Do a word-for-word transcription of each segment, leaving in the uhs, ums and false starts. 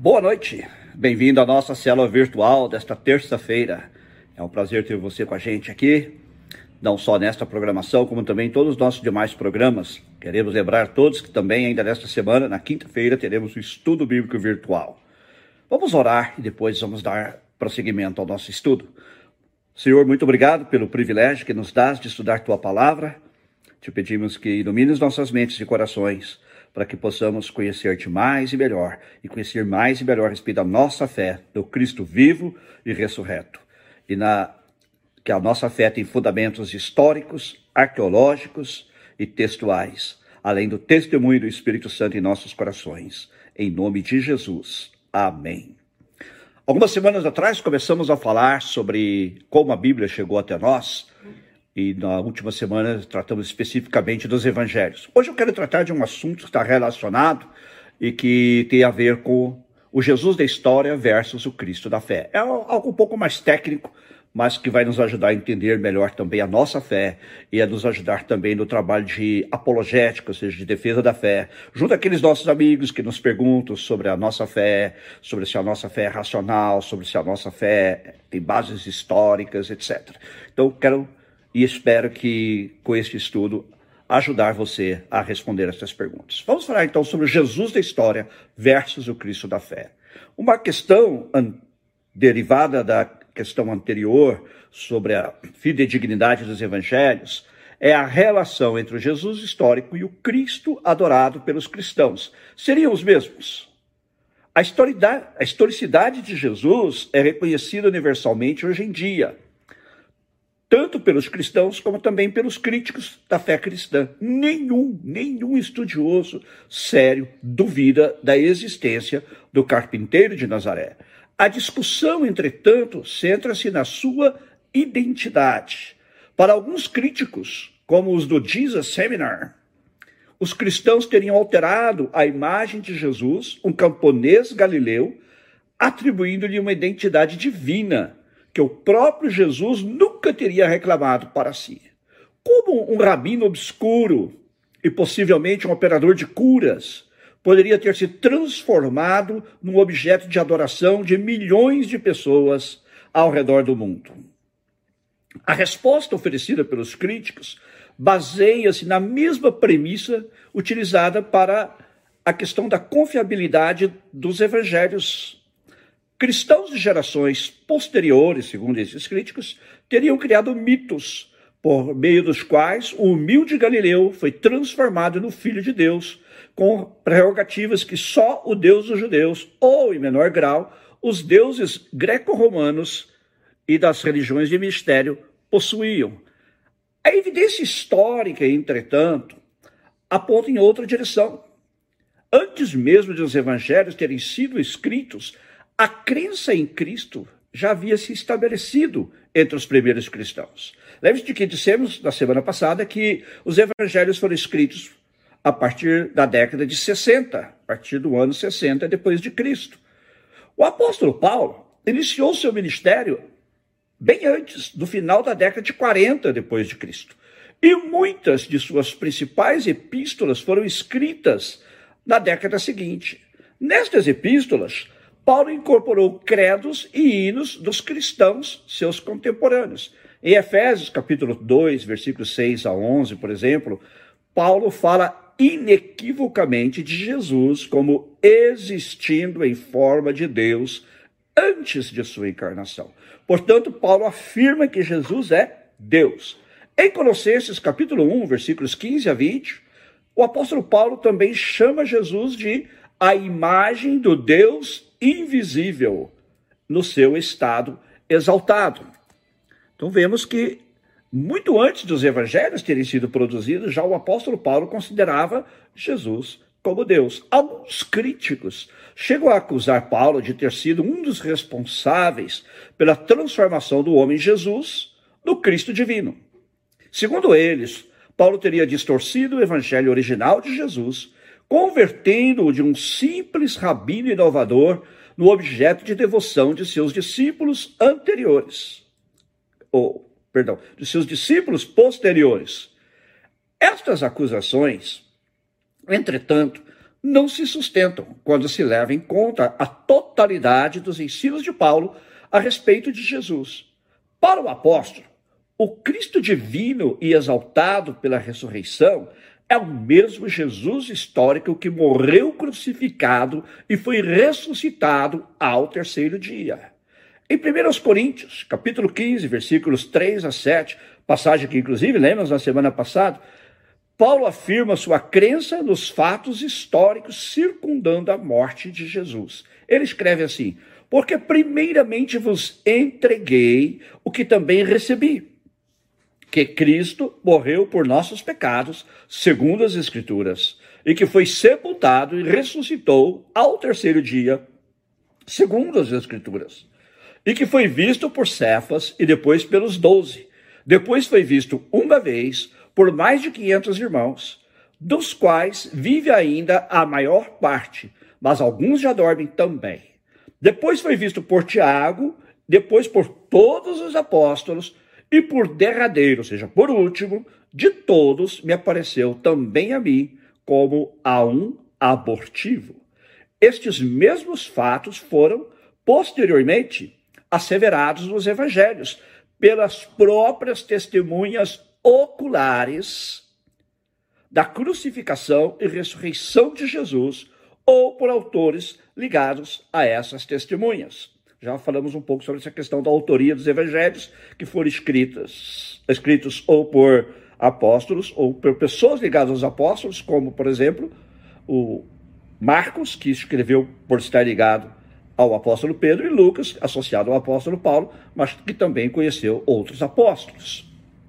Boa noite, bem-vindo à nossa célula virtual desta terça-feira. É um prazer ter você com a gente aqui, não só nesta programação, como também em todos os nossos demais programas. Queremos lembrar a todos que também ainda nesta semana, na quinta-feira, teremos o estudo bíblico virtual. Vamos orar e depois vamos dar prosseguimento ao nosso estudo. Senhor, muito obrigado pelo privilégio que nos dás de estudar Tua Palavra. Te pedimos que ilumines nossas mentes e corações, para que possamos conhecer-te mais e melhor, e conhecer mais e melhor a respeito da nossa fé, do Cristo vivo e ressurreto. E na, que a nossa fé tem fundamentos históricos, arqueológicos e textuais, além do testemunho do Espírito Santo em nossos corações. Em nome de Jesus. Amém. Algumas semanas atrás começamos a falar sobre como a Bíblia chegou até nós, e na última semana tratamos especificamente dos evangelhos. Hoje eu quero tratar de um assunto que está relacionado e que tem a ver com o Jesus da história versus o Cristo da fé. É algo um pouco mais técnico, mas que vai nos ajudar a entender melhor também a nossa fé e a nos ajudar também no trabalho de apologética, ou seja, de defesa da fé, junto àqueles nossos amigos que nos perguntam sobre a nossa fé, sobre se a nossa fé é racional, sobre se a nossa fé tem bases históricas, etcétera. Então, quero e espero que, com este estudo, ajudar você a responder essas perguntas. Vamos falar, então, sobre o Jesus da história versus o Cristo da fé. Uma questão an- derivada da questão anterior sobre a fidedignidade dos evangelhos é a relação entre o Jesus histórico e o Cristo adorado pelos cristãos. Seriam os mesmos? A historicidade, a historicidade de Jesus é reconhecida universalmente hoje em dia, tanto pelos cristãos como também pelos críticos da fé cristã. Nenhum, nenhum estudioso sério duvida da existência do carpinteiro de Nazaré. A discussão, entretanto, centra-se na sua identidade. Para alguns críticos, como os do Jesus Seminar, os cristãos teriam alterado a imagem de Jesus, um camponês galileu, atribuindo-lhe uma identidade divina, que o próprio Jesus nunca teria reclamado para si. Como um rabino obscuro e possivelmente um operador de curas poderia ter se transformado num objeto de adoração de milhões de pessoas ao redor do mundo? A resposta oferecida pelos críticos baseia-se na mesma premissa utilizada para a questão da confiabilidade dos evangelhos. Cristãos de gerações posteriores, segundo esses críticos, teriam criado mitos, por meio dos quais o humilde Galileu foi transformado no Filho de Deus, com prerrogativas que só o Deus dos judeus, ou, em menor grau, os deuses greco-romanos e das religiões de mistério possuíam. A evidência histórica, entretanto, aponta em outra direção. Antes mesmo de os evangelhos terem sido escritos, a crença em Cristo já havia se estabelecido entre os primeiros cristãos. Lembre-se de que dissemos na semana passada que os evangelhos foram escritos a partir da década de sessenta, a partir do ano sessenta depois de Cristo. O apóstolo Paulo iniciou seu ministério bem antes do final da década de quarenta depois de Cristo. E muitas de suas principais epístolas foram escritas na década seguinte. Nestas epístolas, Paulo incorporou credos e hinos dos cristãos, seus contemporâneos. Em Efésios, capítulo dois, versículos seis a onze, por exemplo, Paulo fala inequivocamente de Jesus como existindo em forma de Deus antes de sua encarnação. Portanto, Paulo afirma que Jesus é Deus. Em Colossenses, capítulo um, versículos quinze a vinte, o apóstolo Paulo também chama Jesus de a imagem do Deus invisível no seu estado exaltado. Então vemos que muito antes dos evangelhos terem sido produzidos, já o apóstolo Paulo considerava Jesus como Deus. Alguns críticos chegam a acusar Paulo de ter sido um dos responsáveis pela transformação do homem Jesus no Cristo divino. Segundo eles, Paulo teria distorcido o evangelho original de Jesus, convertendo-o de um simples rabino inovador no objeto de devoção de seus discípulos anteriores. Ou, perdão, de seus discípulos posteriores. Estas acusações, entretanto, não se sustentam quando se leva em conta a totalidade dos ensinos de Paulo a respeito de Jesus. Para o apóstolo, o Cristo divino e exaltado pela ressurreição é o mesmo Jesus histórico que morreu crucificado e foi ressuscitado ao terceiro dia. Em primeira Coríntios, capítulo quinze, versículos três a sete, passagem que inclusive lemos na semana passada, Paulo afirma sua crença nos fatos históricos circundando a morte de Jesus. Ele escreve assim: porque primeiramente vos entreguei o que também recebi, que Cristo morreu por nossos pecados, segundo as Escrituras, e que foi sepultado e ressuscitou ao terceiro dia, segundo as Escrituras, e que foi visto por Cefas e depois pelos doze. Depois foi visto uma vez por mais de quinhentos irmãos, dos quais vive ainda a maior parte, mas alguns já dormem também. Depois foi visto por Tiago, depois por todos os apóstolos, e por derradeiro, ou seja, por último, de todos me apareceu também a mim como a um abortivo. Estes mesmos fatos foram, posteriormente, asseverados nos evangelhos, pelas próprias testemunhas oculares da crucificação e ressurreição de Jesus, ou por autores ligados a essas testemunhas. Já falamos um pouco sobre essa questão da autoria dos evangelhos, que foram escritas, escritos ou por apóstolos, ou por pessoas ligadas aos apóstolos, como, por exemplo, o Marcos, que escreveu por estar ligado ao apóstolo Pedro, e Lucas, associado ao apóstolo Paulo, mas que também conheceu outros apóstolos.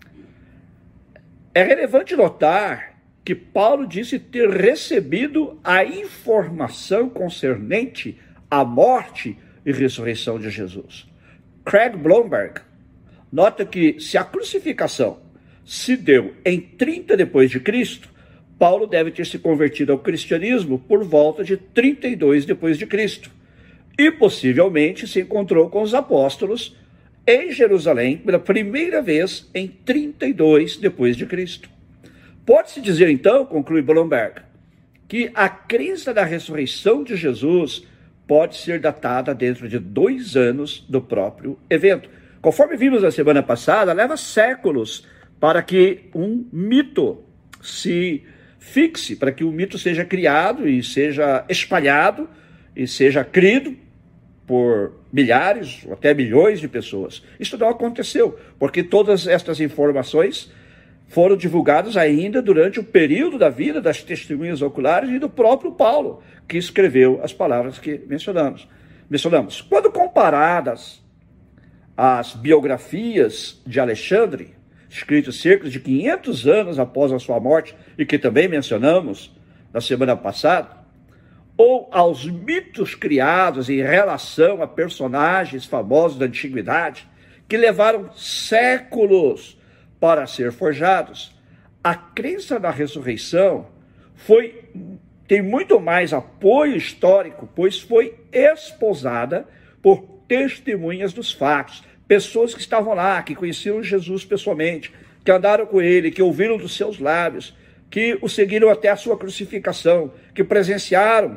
É relevante notar que Paulo disse ter recebido a informação concernente à morte e ressurreição de Jesus. Craig Blomberg nota que se a crucificação se deu em trinta depois de Cristo, Paulo deve ter se convertido ao cristianismo por volta de trinta e dois depois de Cristo, e possivelmente se encontrou com os apóstolos em Jerusalém pela primeira vez em trinta e dois depois de Cristo. Pode-se dizer então, conclui Blomberg, que a crença da ressurreição de Jesus pode ser datada dentro de dois anos do próprio evento. Conforme vimos na semana passada, leva séculos para que um mito se fixe, para que o mito seja criado e seja espalhado e seja crido por milhares ou até milhões de pessoas. Isso não aconteceu, porque todas estas informações foram divulgadas ainda durante o período da vida das testemunhas oculares e do próprio Paulo, que escreveu as palavras que mencionamos. mencionamos. Quando comparadas às biografias de Alexandre, escritas cerca de quinhentos anos após a sua morte, e que também mencionamos na semana passada, ou aos mitos criados em relação a personagens famosos da antiguidade, que levaram séculos para ser forjados, a crença na ressurreição foi, tem muito mais apoio histórico, pois foi esposada por testemunhas dos fatos, pessoas que estavam lá, que conheciam Jesus pessoalmente, que andaram com ele, que ouviram dos seus lábios, que o seguiram até a sua crucificação, que presenciaram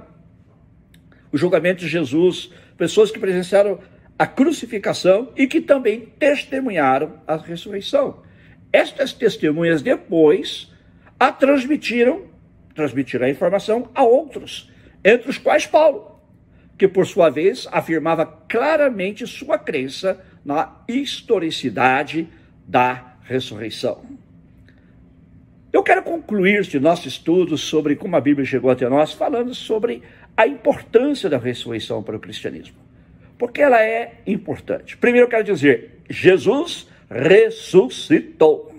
o julgamento de Jesus, pessoas que presenciaram a crucificação e que também testemunharam a ressurreição. Estas testemunhas depois a transmitiram, transmitiram a informação a outros, entre os quais Paulo, que por sua vez afirmava claramente sua crença na historicidade da ressurreição. Eu quero concluir este nosso estudo sobre como a Bíblia chegou até nós, falando sobre a importância da ressurreição para o cristianismo. Porque ela é importante. Primeiro eu quero dizer, Jesus ressuscitou.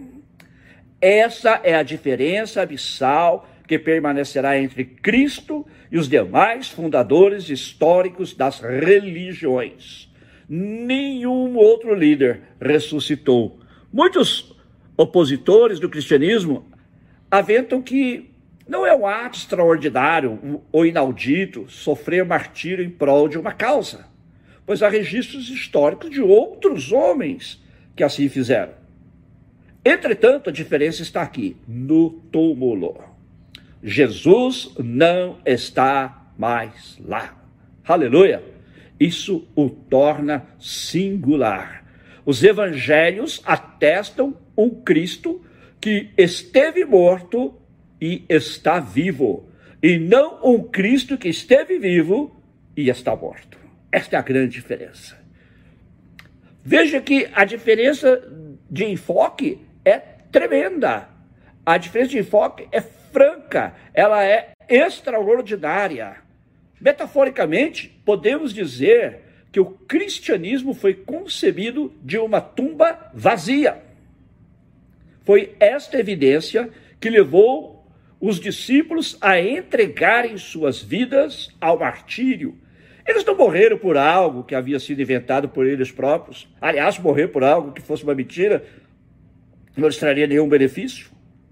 Essa é a diferença abissal que permanecerá entre Cristo e os demais fundadores históricos das religiões. Nenhum outro líder ressuscitou. Muitos opositores do cristianismo aventam que não é um ato extraordinário ou inaudito sofrer martírio em prol de uma causa, pois há registros históricos de outros homens que assim fizeram. Entretanto, a diferença está aqui, no túmulo. Jesus não está mais lá. Aleluia! Isso o torna singular. Os evangelhos atestam um Cristo que esteve morto e está vivo, e não um Cristo que esteve vivo e está morto. Esta é a grande diferença. Veja que a diferença de enfoque é tremenda. A diferença de enfoque é franca, ela é extraordinária. Metaforicamente, podemos dizer que o cristianismo foi concebido de uma tumba vazia. Foi esta evidência que levou os discípulos a entregarem suas vidas ao martírio. Eles não morreram por algo que havia sido inventado por eles próprios. Aliás, morrer por algo que fosse uma mentira não lhes traria nenhum benefício.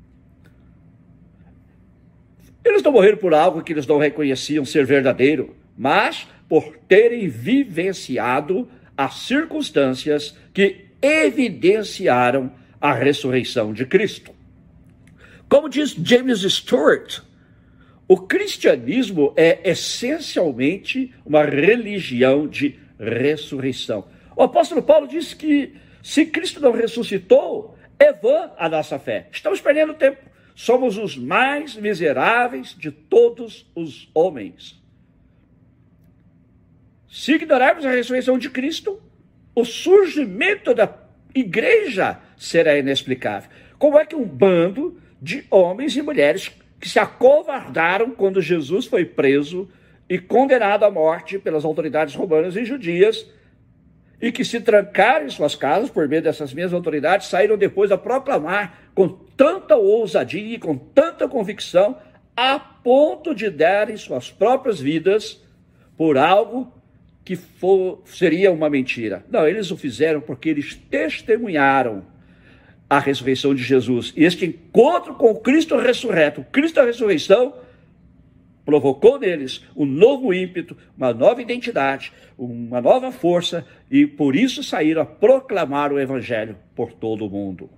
Eles não morreram por algo que eles não reconheciam ser verdadeiro, mas por terem vivenciado as circunstâncias que evidenciaram a ressurreição de Cristo. Como diz James Stewart, o cristianismo é essencialmente uma religião de ressurreição. O apóstolo Paulo diz que se Cristo não ressuscitou, é vã a nossa fé. Estamos perdendo tempo. Somos os mais miseráveis de todos os homens. Se ignorarmos a ressurreição de Cristo, o surgimento da igreja será inexplicável. Como é que um bando de homens e mulheres que se acovardaram quando Jesus foi preso e condenado à morte pelas autoridades romanas e judias, e que se trancaram em suas casas por meio dessas mesmas autoridades, saíram depois a proclamar com tanta ousadia e com tanta convicção, a ponto de darem suas próprias vidas por algo que for, seria uma mentira. Não, eles o fizeram porque eles testemunharam a ressurreição de Jesus. E este encontro com o Cristo ressurreto, o Cristo da ressurreição, provocou neles um novo ímpeto, uma nova identidade, uma nova força, e por isso saíram a proclamar o evangelho por todo o mundo.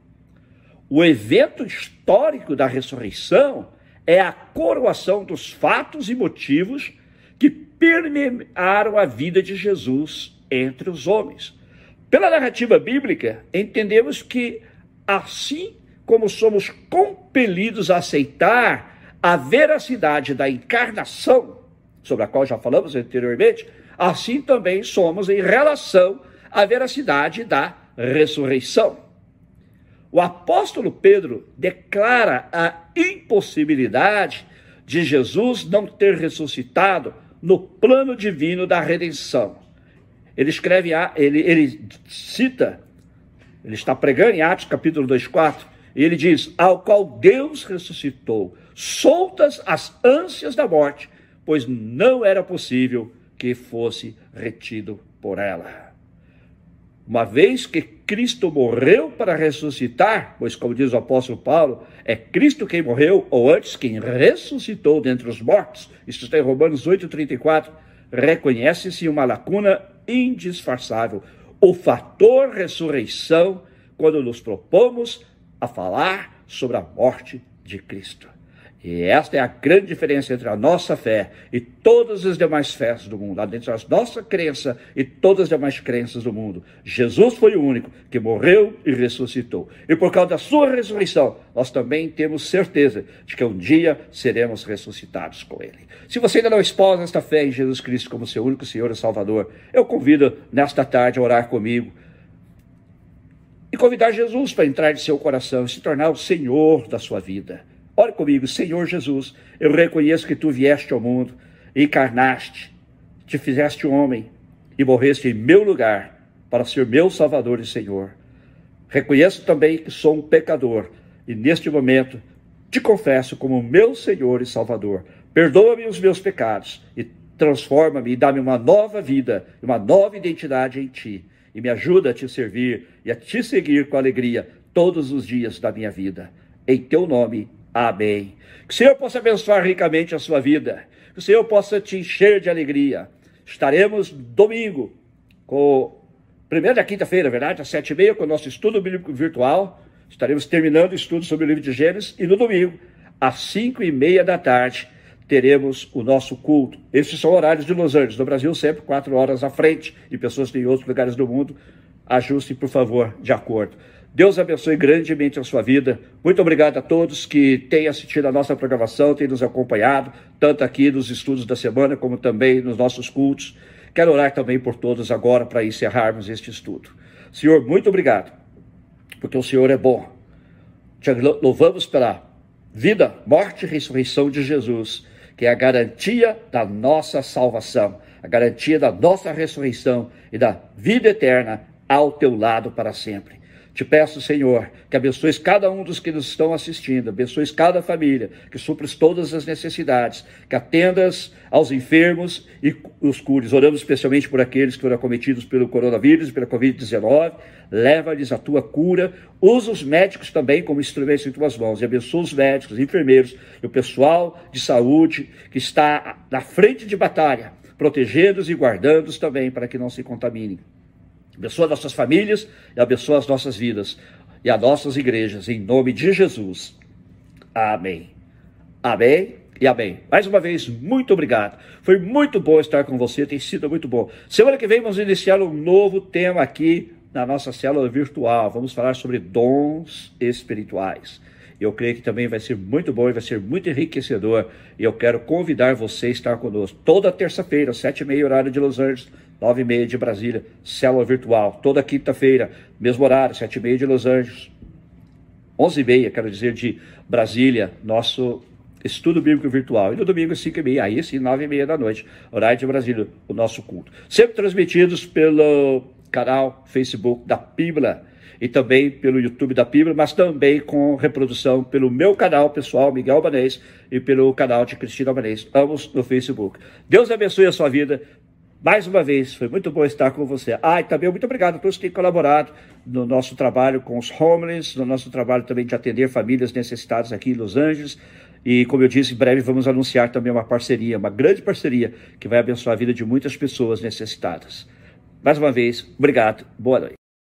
O evento histórico da ressurreição é a coroação dos fatos e motivos que permearam a vida de Jesus entre os homens. Pela narrativa bíblica, entendemos que, assim como somos compelidos a aceitar a veracidade da encarnação, sobre a qual já falamos anteriormente, assim também somos em relação à veracidade da ressurreição. O apóstolo Pedro declara a impossibilidade de Jesus não ter ressuscitado no plano divino da redenção. Ele escreve, ele, ele cita, ele está pregando em Atos capítulo dois, quatro, e ele diz, ao qual Deus ressuscitou, soltas as ânsias da morte, pois não era possível que fosse retido por ela. Uma vez que Cristo morreu para ressuscitar, pois como diz o apóstolo Paulo, é Cristo quem morreu, ou antes quem ressuscitou dentre os mortos, isso está em Romanos oito, trinta e quatro, reconhece-se uma lacuna indisfarçável, o fator ressurreição, quando nos propomos a falar sobre a morte de Cristo. E esta é a grande diferença entre a nossa fé e todas as demais fés do mundo, entre a nossa crença e todas as demais crenças do mundo. Jesus foi o único que morreu e ressuscitou. E por causa da sua ressurreição, nós também temos certeza de que um dia seremos ressuscitados com ele. Se você ainda não esposa esta fé em Jesus Cristo como seu único Senhor e Salvador, eu convido nesta tarde a orar comigo e convidar Jesus para entrar em seu coração e se tornar o Senhor da sua vida. Ore comigo, Senhor Jesus, eu reconheço que tu vieste ao mundo, encarnaste, te fizeste homem e morreste em meu lugar para ser meu Salvador e Senhor. Reconheço também que sou um pecador e neste momento te confesso como meu Senhor e Salvador. Perdoa-me os meus pecados e transforma-me e dá-me uma nova vida, uma nova identidade em ti. E me ajuda a te servir e a te seguir com alegria todos os dias da minha vida. Em teu nome, amém. Que o Senhor possa abençoar ricamente a sua vida. Que o Senhor possa te encher de alegria. Estaremos domingo, com primeiro da quinta-feira, verdade? Às sete e meia, com o nosso estudo bíblico virtual. Estaremos terminando o estudo sobre o livro de Gênesis. E no domingo, às cinco e meia da tarde, teremos o nosso culto. Esses são horários de Los Angeles. No Brasil, sempre quatro horas à frente, e pessoas em outros lugares do mundo. Ajustem, por favor, de acordo. Deus abençoe grandemente a sua vida. Muito obrigado a todos que têm assistido a nossa programação, têm nos acompanhado, tanto aqui nos estudos da semana, como também nos nossos cultos. Quero orar também por todos agora, para encerrarmos este estudo. Senhor, muito obrigado, porque o Senhor é bom. Te louvamos pela vida, morte e ressurreição de Jesus, que é a garantia da nossa salvação, a garantia da nossa ressurreição e da vida eterna ao teu lado para sempre. Te peço, Senhor, que abençoes cada um dos que nos estão assistindo, abençoes cada família, que supres todas as necessidades, que atendas aos enfermos e os cures. Oramos especialmente por aqueles que foram acometidos pelo coronavírus, pela covid dezenove, leva-lhes a tua cura, usa os médicos também como instrumentos em tuas mãos, e abençoa os médicos, enfermeiros e o pessoal de saúde que está na frente de batalha, protegendo-os e guardando-os também para que não se contaminem. Abençoa nossas famílias e abençoa as nossas vidas e as nossas igrejas, em nome de Jesus. Amém. Amém e amém. Mais uma vez, muito obrigado. Foi muito bom estar com você, tem sido muito bom. Semana que vem vamos iniciar um novo tema aqui na nossa célula virtual. Vamos falar sobre dons espirituais. Eu creio que também vai ser muito bom e vai ser muito enriquecedor. E eu quero convidar você a estar conosco toda terça-feira, sete e meia, horário de Los Angeles, nove e meia de Brasília, célula virtual. Toda quinta-feira, mesmo horário, sete e meia de Los Angeles, onze e meia, quero dizer, de Brasília, nosso estudo bíblico virtual. E no domingo, cinco e meia, aí sim, nove e meia da noite, horário de Brasília, o nosso culto. Sempre transmitidos pelo canal Facebook da Bíblia e também pelo YouTube da Bíblia, mas também com reprodução pelo meu canal pessoal, Miguel Albanês, e pelo canal de Cristina Albanês, ambos no Facebook. Deus abençoe a sua vida. Mais uma vez, foi muito bom estar com você. Ah, e também muito obrigado a todos que têm colaborado no nosso trabalho com os homeless, no nosso trabalho também de atender famílias necessitadas aqui em Los Angeles. E, como eu disse, em breve vamos anunciar também uma parceria, uma grande parceria, que vai abençoar a vida de muitas pessoas necessitadas. Mais uma vez, obrigado, boa noite.